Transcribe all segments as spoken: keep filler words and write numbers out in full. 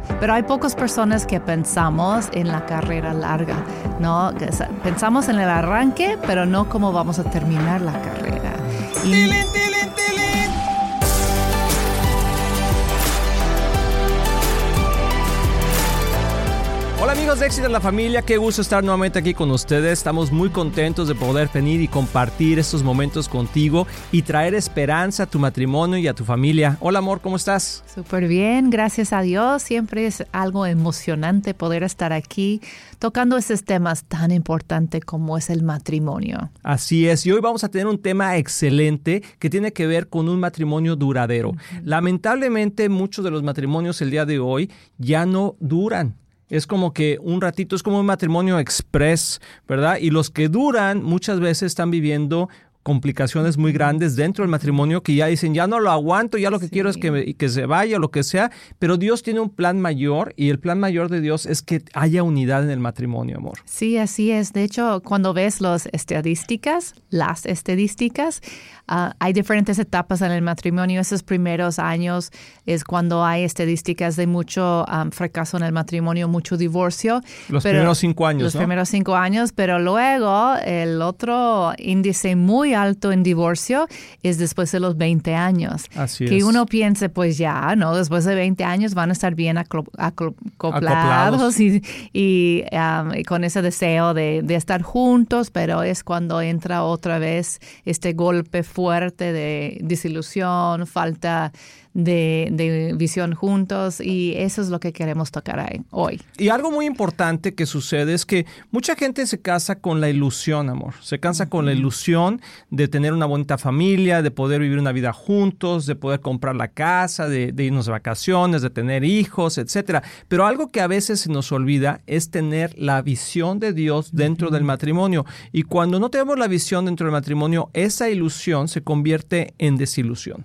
Pero hay pocas personas que pensamos en la carrera larga, ¿no? Pensamos en el arranque, pero no cómo vamos a terminar la carrera. Y... ¡Tilín, tilín, tilín! Hola amigos de Éxito en la Familia, qué gusto estar nuevamente aquí con ustedes. Estamos muy contentos de poder venir y compartir estos momentos contigo y traer esperanza a tu matrimonio y a tu familia. Hola amor, ¿cómo estás? Súper bien, gracias a Dios. Siempre es algo emocionante poder estar aquí tocando esos temas tan importantes como es el matrimonio. Así es, y hoy vamos a tener un tema excelente que tiene que ver con un matrimonio duradero. Uh-huh. Lamentablemente muchos de los matrimonios el día de hoy ya no duran. Es como que un ratito, es como un matrimonio express, ¿verdad? Y los que duran muchas veces están viviendo complicaciones muy grandes dentro del matrimonio que ya dicen, ya no lo aguanto, ya lo que sí. quiero es que, me, que se vaya o lo que sea, pero Dios tiene un plan mayor y el plan mayor de Dios es que haya unidad en el matrimonio, amor. Sí, así es. De hecho, cuando ves las estadísticas, las estadísticas, uh, hay diferentes etapas en el matrimonio. Esos primeros años es cuando hay estadísticas de mucho um, fracaso en el matrimonio, mucho divorcio. Los pero, primeros cinco años, Los ¿no? primeros cinco años, pero luego el otro índice muy alto en divorcio es después de los veinte años. Así que es. uno piense, pues ya, ¿no? Después de veinte años van a estar bien aclo- aclo- acoplados, acoplados y, y, um, y con ese deseo de, de estar juntos, pero es cuando entra otra vez este golpe fuerte de desilusión, falta de, de visión juntos, y eso es lo que queremos tocar ahí, hoy. Y algo muy importante que sucede es que mucha gente se casa con la ilusión, amor. Se casa uh-huh. con la ilusión de tener una bonita familia, de poder vivir una vida juntos, de poder comprar la casa, de, de irnos de vacaciones, de tener hijos, etcétera. Pero algo que a veces se nos olvida es tener la visión de Dios dentro uh-huh. del matrimonio. Y cuando no tenemos la visión dentro del matrimonio, esa ilusión se convierte en desilusión.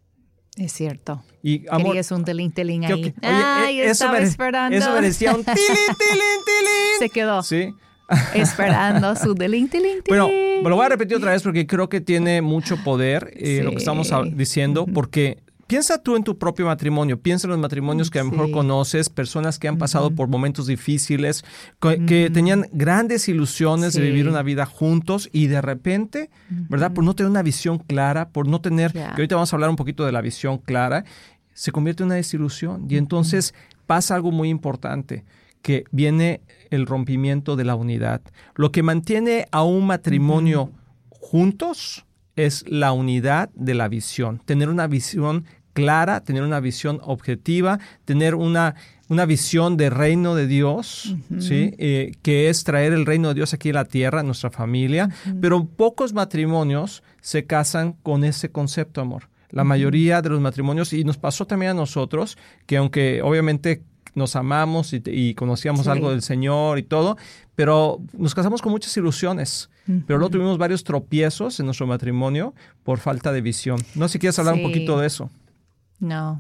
Es cierto. Y, amor, querías un tilín, tilín ahí. Oye, Ay, eso estaba mere- esperando. Eso merecía un tilín, tilín, tilín. Se quedó. Sí. Esperando su tilín, tilín, tilín. Bueno, me lo voy a repetir otra vez porque creo que tiene mucho poder eh, sí. lo que estamos diciendo, uh-huh. porque piensa tú en tu propio matrimonio, piensa en los matrimonios que a lo mejor sí. conoces, personas que han pasado uh-huh. por momentos difíciles, que, uh-huh. que tenían grandes ilusiones sí. de vivir una vida juntos y de repente, uh-huh. ¿verdad? Por no tener una visión clara, por no tener, yeah. que ahorita vamos a hablar un poquito de la visión clara, se convierte en una desilusión y entonces uh-huh. pasa algo muy importante, que viene el rompimiento de la unidad. Lo que mantiene a un matrimonio uh-huh. juntos es la unidad de la visión, tener una visión clara, tener una visión objetiva, tener una, una visión de reino de Dios, uh-huh. ¿sí? Eh, que es traer el reino de Dios aquí a la tierra, a nuestra familia, uh-huh. pero pocos matrimonios se casan con ese concepto, amor. La uh-huh. mayoría de los matrimonios, y nos pasó también a nosotros, que aunque obviamente nos amamos y, y conocíamos sí. algo del Señor y todo, pero nos casamos con muchas ilusiones. Uh-huh. Pero luego tuvimos varios tropiezos en nuestro matrimonio por falta de visión. No sé si quieres hablar sí. un poquito de eso. No.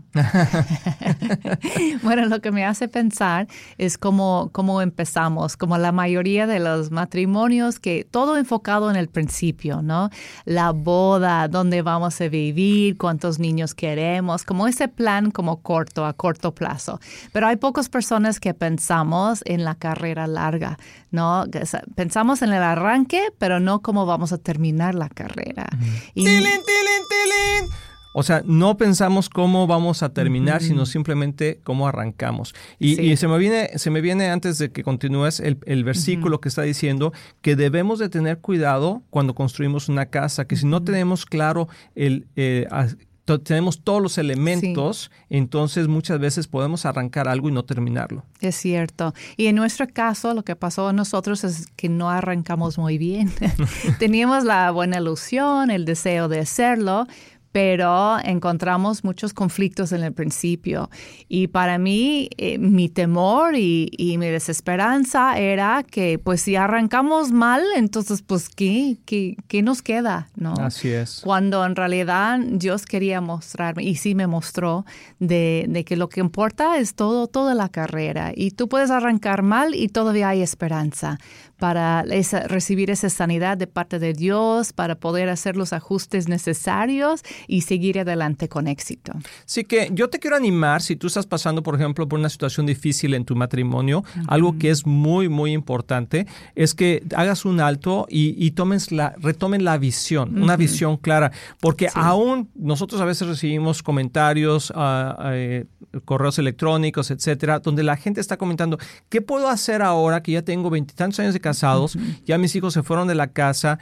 Bueno, lo que me hace pensar es cómo, cómo empezamos, como la mayoría de los matrimonios, que todo enfocado en el principio, ¿no? La boda, dónde vamos a vivir, cuántos niños queremos, como ese plan como corto, a corto plazo. Pero hay pocas personas que pensamos en la carrera larga, ¿no? Pensamos en el arranque, pero no cómo vamos a terminar la carrera. Uh-huh. Y, ¡tilín, tilín, tilín! O sea, no pensamos cómo vamos a terminar, uh-huh. sino simplemente cómo arrancamos. Y, sí. y se me viene, se me viene antes de que continúes el, el versículo uh-huh. que está diciendo que debemos de tener cuidado cuando construimos una casa, que uh-huh. si no tenemos claro el... Eh, to- tenemos todos los elementos, sí. entonces muchas veces podemos arrancar algo y no terminarlo. Es cierto. Y en nuestro caso, lo que pasó a nosotros es que no arrancamos muy bien. Teníamos la buena ilusión, el deseo de hacerlo, pero encontramos muchos conflictos en el principio. Y para mí, eh, mi temor y, y mi desesperanza era que, pues, si arrancamos mal, entonces, pues, ¿qué, qué, qué nos queda? ¿No? Así es. Cuando en realidad Dios quería mostrarme, y sí me mostró, de, de que lo que importa es todo, toda la carrera. Y tú puedes arrancar mal y todavía hay esperanza para esa, recibir esa sanidad de parte de Dios, para poder hacer los ajustes necesarios y seguir adelante con éxito. Sí, que yo te quiero animar, si tú estás pasando, por ejemplo, por una situación difícil en tu matrimonio, uh-huh. algo que es muy, muy importante, es que hagas un alto y, y tomes la, retomen la visión, uh-huh. una visión clara, porque sí. aún nosotros a veces recibimos comentarios, uh, uh, correos electrónicos, etcétera, donde la gente está comentando, ¿qué puedo hacer ahora que ya tengo veintitantos años de casados, uh-huh. ya mis hijos se fueron de la casa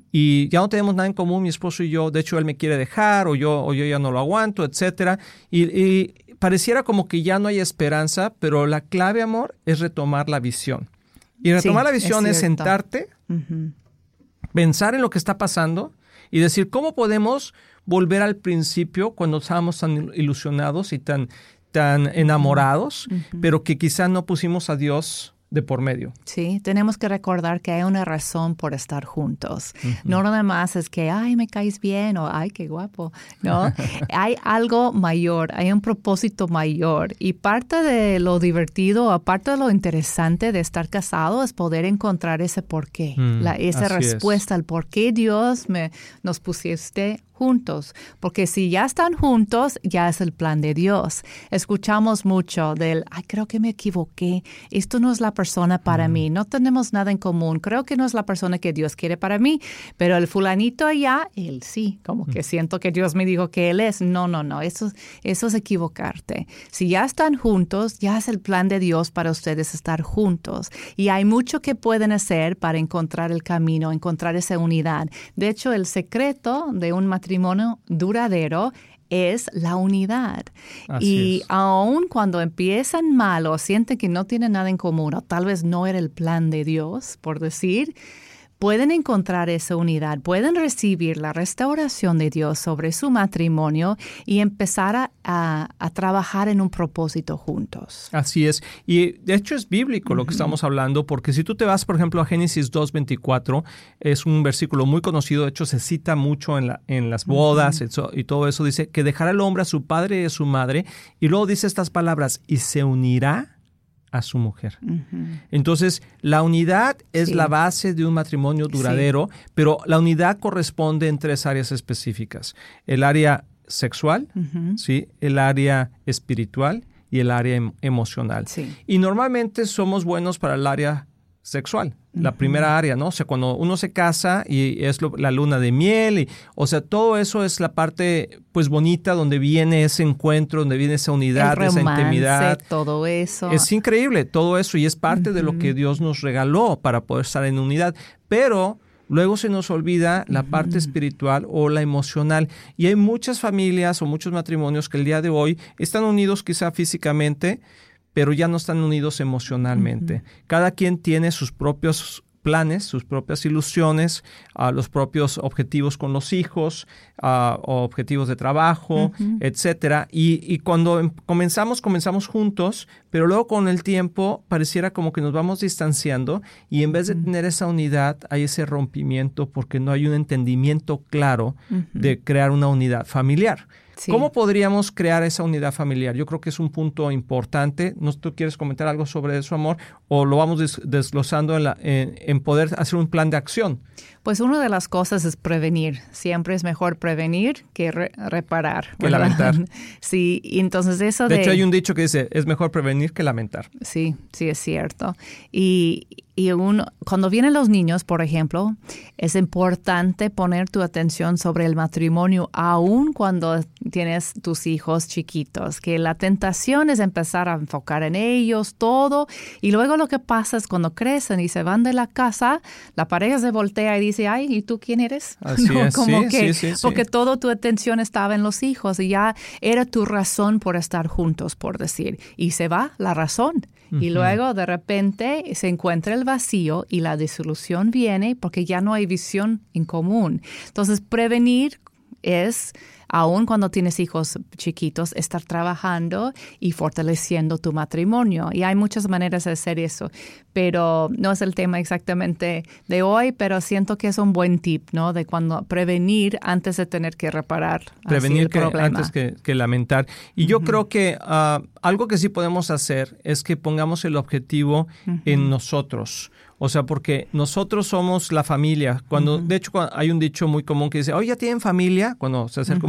y ya no tenemos nada en común, mi esposo y yo, de hecho él me quiere dejar o yo, o yo ya no lo aguanto, etcétera, y, y pareciera como que ya no hay esperanza, pero la clave, amor, es retomar la visión. Y retomar sí, la visión es, es sentarte, uh-huh. pensar en lo que está pasando y decir, ¿cómo podemos volver al principio cuando estábamos tan ilusionados y tan, tan enamorados, uh-huh. pero que quizás no pusimos a Dios de por medio? Sí, tenemos que recordar que hay una razón por estar juntos. Uh-huh. No nada más es que, ay, me caes bien o ay, qué guapo. No, hay algo mayor, hay un propósito mayor. Y parte de lo divertido, aparte de lo interesante de estar casado, es poder encontrar ese porqué, mm, la, esa respuesta al por qué Dios me, nos pusiste juntos, porque si ya están juntos, ya es el plan de Dios. Escuchamos mucho del, ay, creo que me equivoqué, esto no es la persona para mm. mí, no tenemos nada en común, creo que no es la persona que Dios quiere para mí, pero el fulanito allá, él sí, como mm. que siento que Dios me dijo que él es. No, no, no, eso, eso es equivocarte. Si ya están juntos, ya es el plan de Dios para ustedes estar juntos. Y hay mucho que pueden hacer para encontrar el camino, encontrar esa unidad. De hecho, el secreto de un matrimonio matrimonio duradero es la unidad. Así y es. Aun cuando empiezan mal o sienten que no tienen nada en común o tal vez no era el plan de Dios, por decir, pueden encontrar esa unidad, pueden recibir la restauración de Dios sobre su matrimonio y empezar a, a, a trabajar en un propósito juntos. Así es. Y de hecho es bíblico uh-huh. lo que estamos hablando, porque si tú te vas, por ejemplo, a Génesis dos veinticuatro, es un versículo muy conocido, de hecho se cita mucho en, la, en las bodas uh-huh. eso, y todo eso, dice que dejará el hombre a su padre y a su madre, y luego dice estas palabras, y se unirá a su mujer. Uh-huh. Entonces, la unidad es sí. la base de un matrimonio duradero, sí. pero la unidad corresponde en tres áreas específicas. El área sexual, uh-huh. ¿sí? el área espiritual y el área em- emocional. Sí. Y normalmente somos buenos para el área sexual, uh-huh. la primera área, ¿no? O sea, cuando uno se casa y es lo, la luna de miel, y, o sea, todo eso es la parte, pues, bonita, donde viene ese encuentro, donde viene esa unidad, el romance, esa intimidad. Todo eso. Es increíble, todo eso, y es parte uh-huh. de lo que Dios nos regaló para poder estar en unidad. Pero luego se nos olvida la uh-huh. parte espiritual o la emocional. Y hay muchas familias o muchos matrimonios que el día de hoy están unidos quizá físicamente, pero ya no están unidos emocionalmente. Uh-huh. Cada quien tiene sus propios planes, sus propias ilusiones, uh, los propios objetivos con los hijos, uh, o objetivos de trabajo, uh-huh. etcétera. Y, y cuando em- comenzamos, comenzamos juntos, pero luego con el tiempo pareciera como que nos vamos distanciando y en vez de uh-huh. tener esa unidad hay ese rompimiento porque no hay un entendimiento claro uh-huh. de crear una unidad familiar. Sí. ¿Cómo podríamos crear esa unidad familiar? Yo creo que es un punto importante. ¿No, tú quieres comentar algo sobre eso, amor? ¿O lo vamos des- desglosando en, la, en, en poder hacer un plan de acción? Pues una de las cosas es prevenir. Siempre es mejor prevenir que re- reparar. Que ¿verdad? Lamentar. Sí, y entonces eso de... De hecho, hay un dicho que dice, es mejor prevenir que lamentar. Sí, sí, es cierto. Y... Y uno, cuando vienen los niños, por ejemplo, es importante poner tu atención sobre el matrimonio aún cuando tienes tus hijos chiquitos, que la tentación es empezar a enfocar en ellos todo y luego lo que pasa es cuando crecen y se van de la casa, la pareja se voltea y dice, ay, ¿y tú quién eres? Así ¿no? es, Como sí, que, sí, sí, porque sí. toda tu atención estaba en los hijos y ya era tu razón por estar juntos, por decir, y se va la razón. Uh-huh. Y luego de repente se encuentra el vacío y la disolución viene porque ya no hay visión en común. Entonces, prevenir es, aun cuando tienes hijos chiquitos, estar trabajando y fortaleciendo tu matrimonio. Y hay muchas maneras de hacer eso, pero no es el tema exactamente de hoy, pero siento que es un buen tip, ¿no? De cuando prevenir antes de tener que reparar. Prevenir así el que, problema. Antes que, que lamentar. Y uh-huh. yo creo que uh, algo que sí podemos hacer es que pongamos el objetivo uh-huh. en nosotros. O sea, porque nosotros somos la familia. Cuando, uh-huh. de hecho, cuando hay un dicho muy común que dice, oye, ¿ya tienen familia? Cuando se acerca uh-huh. un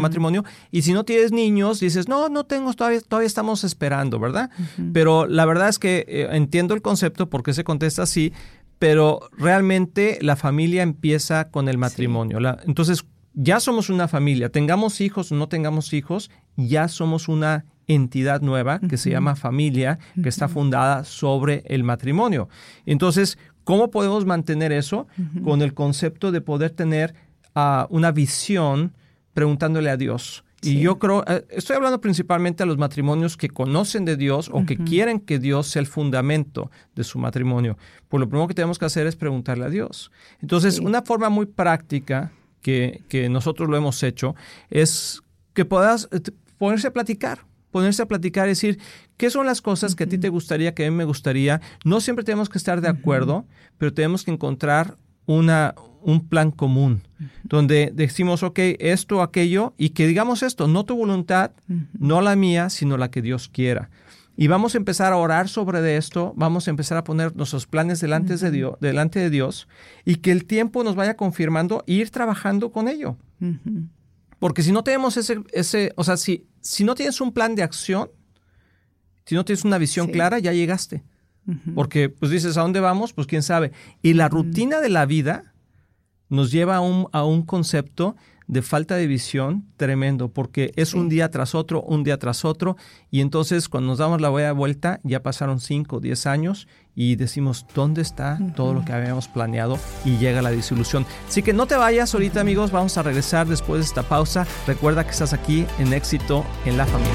matrimonio. Y si no tienes niños, dices, no, no tengo, todavía, todavía estamos esperando, ¿verdad? Uh-huh. Pero la verdad es que eh, entiendo el concepto, por qué se contesta así, pero realmente la familia empieza con el matrimonio. Sí. La, entonces, ya somos una familia. Tengamos hijos o no tengamos hijos, ya somos una entidad nueva que uh-huh. se llama familia, que uh-huh. está fundada sobre el matrimonio. Entonces, ¿cómo podemos mantener eso? Uh-huh. Con el concepto de poder tener uh, una visión preguntándole a Dios. Sí. Y yo creo, uh, estoy hablando principalmente a los matrimonios que conocen de Dios o uh-huh. que quieren que Dios sea el fundamento de su matrimonio. Pues lo primero que tenemos que hacer es preguntarle a Dios. Entonces, sí. una forma muy práctica que, que nosotros lo hemos hecho es que puedas uh, ponerse a platicar. Ponerse a platicar y decir, ¿qué son las cosas que uh-huh. a ti te gustaría, que a mí me gustaría? No siempre tenemos que estar de acuerdo, uh-huh. pero tenemos que encontrar una, un plan común, uh-huh. donde decimos, ok, esto, aquello, y que digamos esto, no tu voluntad, uh-huh. no la mía, sino la que Dios quiera. Y vamos a empezar a orar sobre esto, vamos a empezar a poner nuestros planes delante, uh-huh. de, Dios, delante de Dios, y que el tiempo nos vaya confirmando e ir trabajando con ello. Uh-huh. Porque si no tenemos ese, ese o sea, si, si no tienes un plan de acción, si no tienes una visión sí. clara, ya llegaste. Uh-huh. Porque pues dices, ¿a dónde vamos? Pues quién sabe. Y la uh-huh. rutina de la vida nos lleva a un, a un concepto de falta de visión tremendo, porque es sí. un día tras otro, un día tras otro, y entonces cuando nos damos la vuelta, ya pasaron cinco o diez años, y decimos, ¿dónde está uh-huh. todo lo que habíamos planeado? Y llega la desilusión. Así que no te vayas ahorita, amigos, vamos a regresar después de esta pausa. Recuerda que estás aquí en Éxito en la Familia.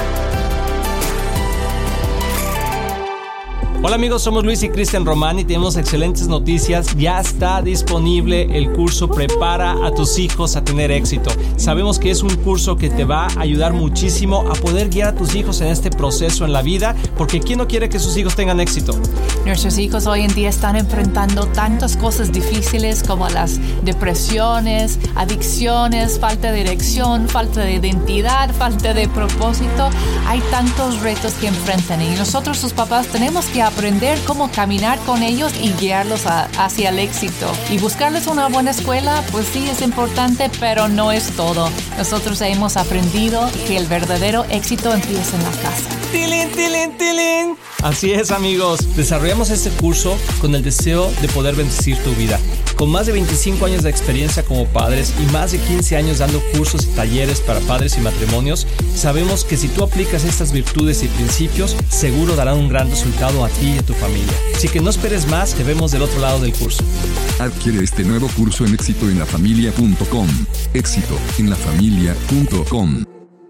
Hola amigos, somos Luis y Cristian Román y tenemos excelentes noticias. Ya está disponible el curso Prepara a tus hijos a tener éxito. Sabemos que es un curso que te va a ayudar muchísimo a poder guiar a tus hijos en este proceso en la vida, porque ¿quién no quiere que sus hijos tengan éxito? Nuestros hijos hoy en día están enfrentando tantas cosas difíciles como las depresiones, adicciones, falta de dirección, falta de identidad, falta de propósito. Hay tantos retos que enfrentan y nosotros, sus papás, tenemos que aprender cómo caminar con ellos y guiarlos a, hacia el éxito. Y buscarles una buena escuela, pues sí es importante, pero no es todo. Nosotros hemos aprendido que el verdadero éxito empieza en la casa. ¡Tilín, tilín, tilín! Así es, amigos. Desarrollamos este curso con el deseo de poder bendecir tu vida. Con más de veinticinco años de experiencia como padres y más de quince años dando cursos y talleres para padres y matrimonios, sabemos que si tú aplicas estas virtudes y principios, seguro darán un gran resultado a ti y a tu familia. Así que no esperes más, te vemos del otro lado del curso. Adquiere este nuevo curso en éxito en la familia punto com. éxito en la familia punto com.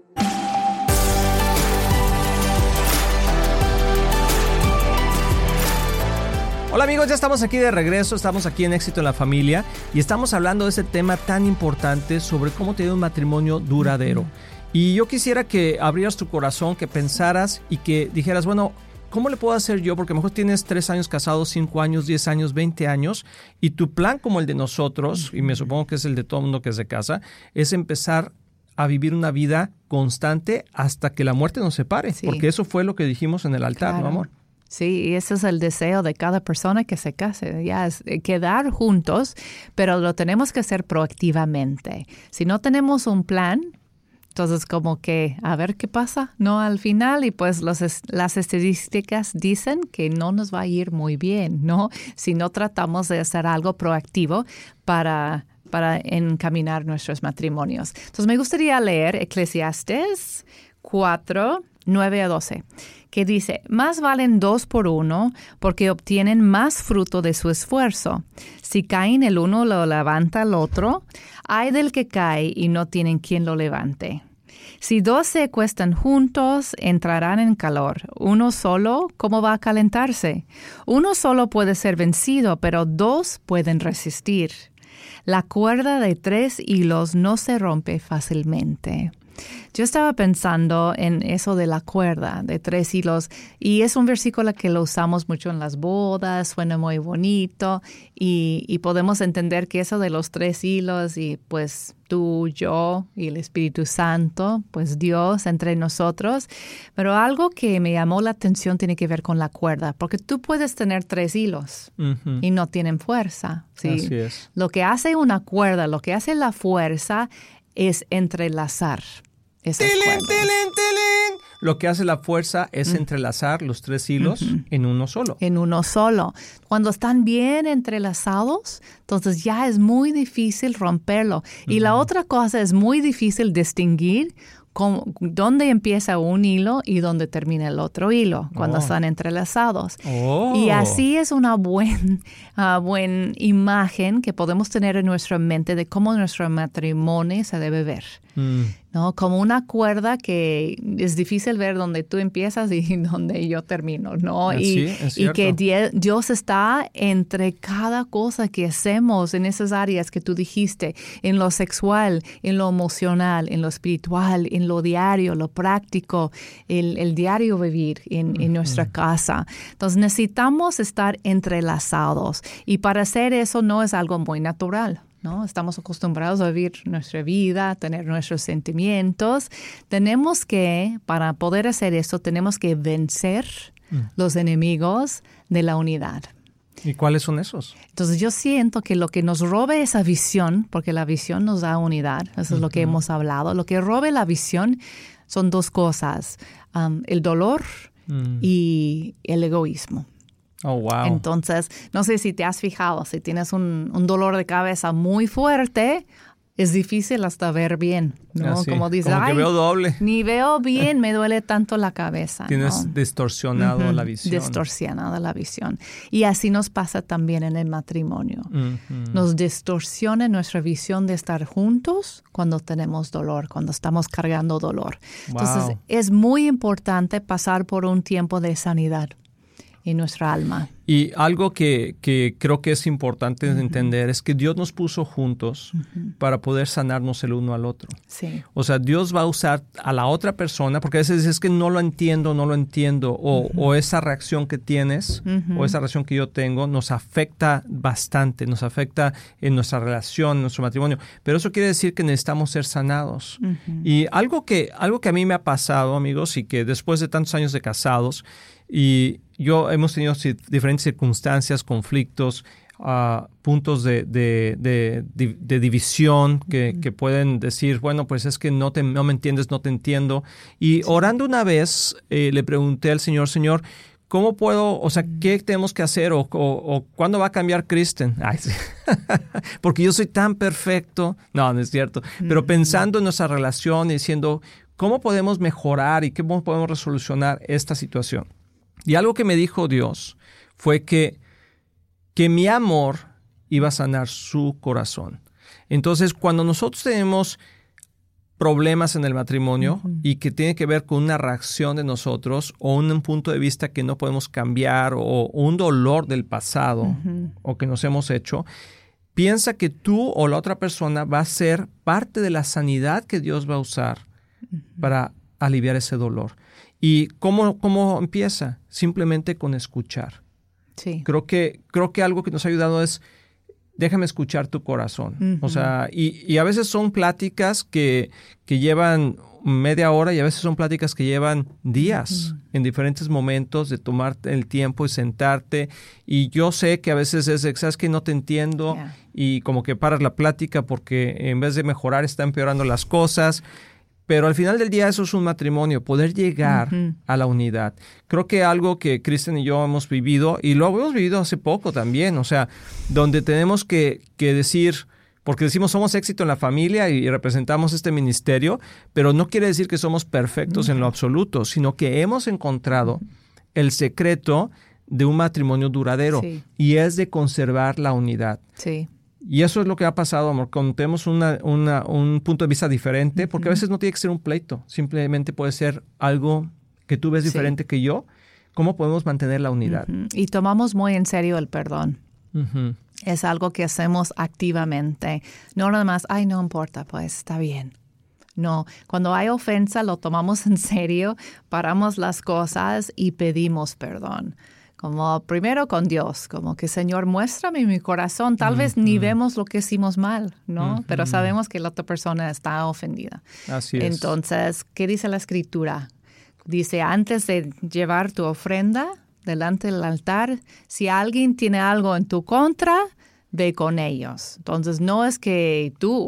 Hola amigos, ya estamos aquí de regreso, estamos aquí en Éxito en la Familia y estamos hablando de ese tema tan importante sobre cómo tener un matrimonio duradero. Y yo quisiera que abrieras tu corazón, que pensaras y que dijeras, bueno, ¿cómo le puedo hacer yo? Porque a lo mejor tienes tres años casados, cinco años, diez años, veinte años y tu plan como el de nosotros, y me supongo que es el de todo el mundo que se casa, es empezar a vivir una vida constante hasta que la muerte nos separe. Sí. Porque eso fue lo que dijimos en el altar, claro. ¿No, amor? Sí, y ese es el deseo de cada persona que se case, ya es quedar juntos, pero lo tenemos que hacer proactivamente. Si no tenemos un plan, entonces como que a ver qué pasa, ¿no? Al final, y pues los, las estadísticas dicen que no nos va a ir muy bien, ¿no? Si no tratamos de hacer algo proactivo para, para encaminar nuestros matrimonios. Entonces me gustaría leer Eclesiastés cuatro, nueve a doce. Que dice, más valen dos por uno porque obtienen más fruto de su esfuerzo. Si caen el uno lo levanta el otro, ay del que cae y no tienen quien lo levante. Si dos se acuestan juntos, entrarán en calor. Uno solo, ¿cómo va a calentarse? Uno solo puede ser vencido, pero dos pueden resistir. La cuerda de tres hilos no se rompe fácilmente. Yo estaba pensando en eso de la cuerda de tres hilos y es un versículo que lo usamos mucho en las bodas, suena muy bonito y, y podemos entender que eso de los tres hilos y pues tú, yo y el Espíritu Santo, pues Dios entre nosotros. Pero algo que me llamó la atención tiene que ver con la cuerda, porque tú puedes tener tres hilos uh-huh. y no tienen fuerza. ¿Sí? Así es. Lo que hace una cuerda, lo que hace la fuerza es entrelazar esas ¡Tilín, cuerdas. tilín, tilín! Lo que hace la fuerza es mm. entrelazar los tres hilos uh-huh. en uno solo. En uno solo. Cuando están bien entrelazados, entonces ya es muy difícil romperlo. Uh-huh. Y la otra cosa es muy difícil distinguir Cómo, dónde empieza un hilo y dónde termina el otro hilo cuando oh. están entrelazados. Oh. Y así es una buena uh, buen imagen que podemos tener en nuestra mente de cómo nuestro matrimonio se debe ver. Mm. ¿No? Como una cuerda que es difícil ver dónde tú empiezas y dónde yo termino, ¿no? Ah, y, sí, es y que die- Dios está entre cada cosa que hacemos en esas áreas que tú dijiste, en lo sexual, en lo emocional, en lo espiritual, en lo diario, lo práctico, el, el diario vivir en, uh-huh. en nuestra casa. Entonces necesitamos estar entrelazados y para hacer eso no es algo muy natural, ¿no? Estamos acostumbrados a vivir nuestra vida, a tener nuestros sentimientos. Tenemos que, para poder hacer eso, tenemos que vencer mm. los enemigos de la unidad. ¿Y cuáles son esos? Entonces yo siento que lo que nos robe esa visión, porque la visión nos da unidad, eso es uh-huh. lo que hemos hablado, lo que robe la visión son dos cosas, um, el dolor mm. y el egoísmo. Oh, wow. Entonces, no sé si te has fijado, si tienes un, un dolor de cabeza muy fuerte, es difícil hasta ver bien, ¿no? Ah, sí. Como dices, Como que ay, veo doble. Ni veo bien, me duele tanto la cabeza. Tienes ¿no? distorsionado uh-huh. la visión. Distorsionada la visión. Y así nos pasa también en el matrimonio. Uh-huh. Nos distorsiona nuestra visión de estar juntos cuando tenemos dolor, cuando estamos cargando dolor. Wow. Entonces, es muy importante pasar por un tiempo de sanidad en nuestra alma. Y algo que, que creo que es importante uh-huh. entender es que Dios nos puso juntos uh-huh. para poder sanarnos el uno al otro. Sí. O sea, Dios va a usar a la otra persona, porque a veces es que no lo entiendo, no lo entiendo, o, uh-huh. o esa reacción que tienes, uh-huh. o esa reacción que yo tengo, nos afecta bastante, nos afecta en nuestra relación, en nuestro matrimonio. Pero eso quiere decir que necesitamos ser sanados. Uh-huh. Y algo que, algo que a mí me ha pasado, amigos, y que después de tantos años de casados, y yo hemos tenido diferentes circunstancias, conflictos, uh, puntos de, de, de, de, de división que, uh-huh. que pueden decir, bueno, pues es que no, te, no me entiendes, no te entiendo. Y sí. orando una vez, eh, le pregunté al Señor, Señor, ¿cómo puedo, o sea, qué tenemos que hacer o, o, o cuándo va a cambiar Kristen? Ay, sí. Porque yo soy tan perfecto. No, no es cierto. Uh-huh. Pero pensando en nuestra relación y diciendo, ¿cómo podemos mejorar y cómo podemos resolucionar esta situación? Y algo que me dijo Dios fue que, que mi amor iba a sanar su corazón. Entonces, cuando nosotros tenemos problemas en el matrimonio uh-huh. y que tiene que ver con una reacción de nosotros o un punto de vista que no podemos cambiar o, o un dolor del pasado uh-huh. o que nos hemos hecho, piensa que tú o la otra persona va a ser parte de la sanidad que Dios va a usar uh-huh. para aliviar ese dolor. ¿Y cómo, cómo empieza? Simplemente con escuchar. Sí. Creo que, creo que algo que nos ha ayudado es, déjame escuchar tu corazón. Uh-huh. O sea, y, y a veces son pláticas que, que llevan media hora y a veces son pláticas que llevan días uh-huh. en diferentes momentos de tomarte el tiempo y sentarte. Y yo sé que a veces es, sabes que no te entiendo yeah. y como que paras la plática porque en vez de mejorar está empeorando las cosas. Pero al final del día eso es un matrimonio, poder llegar uh-huh. a la unidad. Creo que algo que Kristen y yo hemos vivido, y lo hemos vivido hace poco también, o sea, donde tenemos que, que decir, porque decimos somos éxito en la familia y representamos este ministerio, pero no quiere decir que somos perfectos uh-huh. en lo absoluto, sino que hemos encontrado uh-huh. el secreto de un matrimonio duradero sí. y es de conservar la unidad. Sí. Y eso es lo que ha pasado, amor. Cuando tenemos una, una, un punto de vista diferente, porque a veces no tiene que ser un pleito, simplemente puede ser algo que tú ves diferente sí. que yo. ¿Cómo podemos mantener la unidad? Uh-huh. Y tomamos muy en serio el perdón. Uh-huh. Es algo que hacemos activamente. No nada más, ay, no importa, pues está bien. No, cuando hay ofensa lo tomamos en serio, paramos las cosas y pedimos perdón. Como primero con Dios, como que Señor, muéstrame mi corazón. Tal uh-huh. vez ni vemos lo que hicimos mal, ¿no? Uh-huh. Pero sabemos que la otra persona está ofendida. Así es. Entonces, ¿qué dice la Escritura? Dice, antes de llevar tu ofrenda delante del altar, si alguien tiene algo en tu contra, ve con ellos. Entonces, no es que tú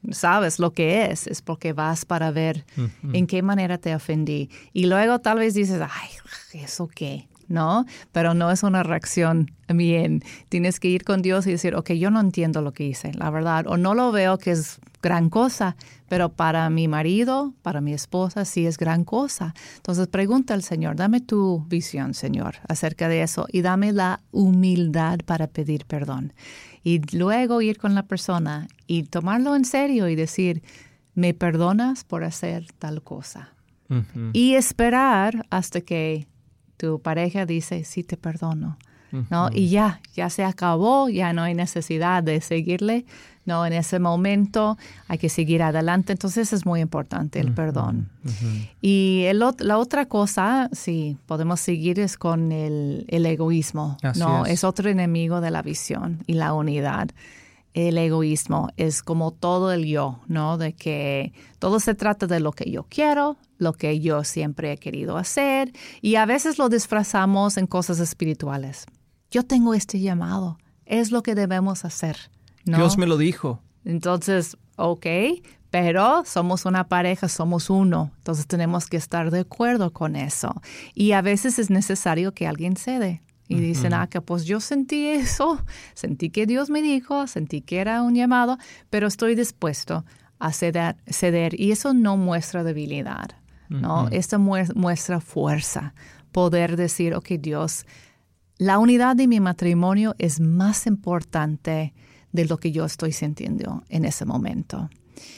sabes lo que es, es porque vas para ver Uh-huh. en qué manera te ofendí. Y luego tal vez dices, ay, ¿eso qué? ¿No? Pero no es una reacción bien. Tienes que ir con Dios y decir, ok, yo no entiendo lo que hice, la verdad, o no lo veo que es gran cosa, pero para mi marido, para mi esposa, sí es gran cosa. Entonces pregunta al Señor, dame tu visión, Señor, acerca de eso y dame la humildad para pedir perdón. Y luego ir con la persona y tomarlo en serio y decir, ¿me perdonas por hacer tal cosa? Uh-huh. Y esperar hasta que tu pareja dice, sí, te perdono, uh-huh. ¿no? Y ya, ya se acabó, ya no hay necesidad de seguirle, ¿no? En ese momento hay que seguir adelante. Entonces es muy importante el uh-huh. perdón. Uh-huh. Y el, la otra cosa, sí, podemos seguir es con el, el egoísmo, Así ¿no? es. Es otro enemigo de la visión y la unidad. El egoísmo es como todo el yo, ¿no? De que todo se trata de lo que yo quiero, lo que yo siempre he querido hacer, y a veces lo disfrazamos en cosas espirituales. Yo tengo este llamado, es lo que debemos hacer, ¿no? Dios me lo dijo. Entonces, ok, pero somos una pareja, somos uno, entonces tenemos que estar de acuerdo con eso. Y a veces es necesario que alguien cede. Y dicen, ah, que pues yo sentí eso, sentí que Dios me dijo, sentí que era un llamado, pero estoy dispuesto a ceder, ceder. Y eso no muestra debilidad, ¿no? Uh-huh. Esto muestra fuerza, poder decir, ok, Dios, la unidad de mi matrimonio es más importante de lo que yo estoy sintiendo en ese momento.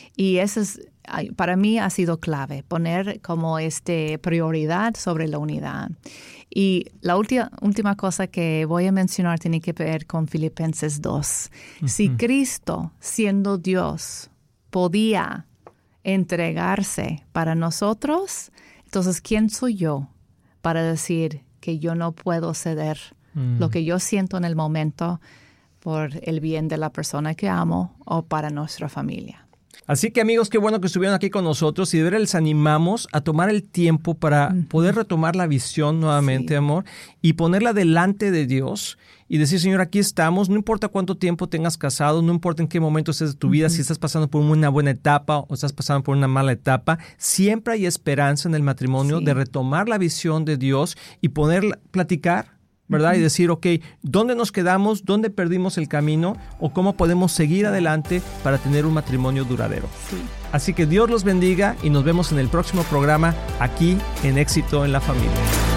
Y eso es, para mí ha sido clave, poner como este prioridad sobre la unidad. Y la última, última cosa que voy a mencionar tiene que ver con Filipenses dos. Uh-huh. Si Cristo, siendo Dios, podía entregarse para nosotros, entonces, ¿quién soy yo para decir que yo no puedo ceder uh-huh. lo que yo siento en el momento por el bien de la persona que amo o para nuestra familia? Así que amigos, qué bueno que estuvieron aquí con nosotros y de verdad les animamos a tomar el tiempo para uh-huh. poder retomar la visión nuevamente, sí. amor, y ponerla delante de Dios y decir, Señor, aquí estamos, no importa cuánto tiempo tengas casado, no importa en qué momento estés de tu uh-huh. vida, si estás pasando por una buena etapa o estás pasando por una mala etapa, siempre hay esperanza en el matrimonio sí. de retomar la visión de Dios y poder platicar, ¿verdad? Uh-huh. Y decir, ok, ¿dónde nos quedamos? ¿Dónde perdimos el camino? ¿O cómo podemos seguir adelante para tener un matrimonio duradero? Sí. Así que Dios los bendiga y nos vemos en el próximo programa aquí en Éxito en la Familia.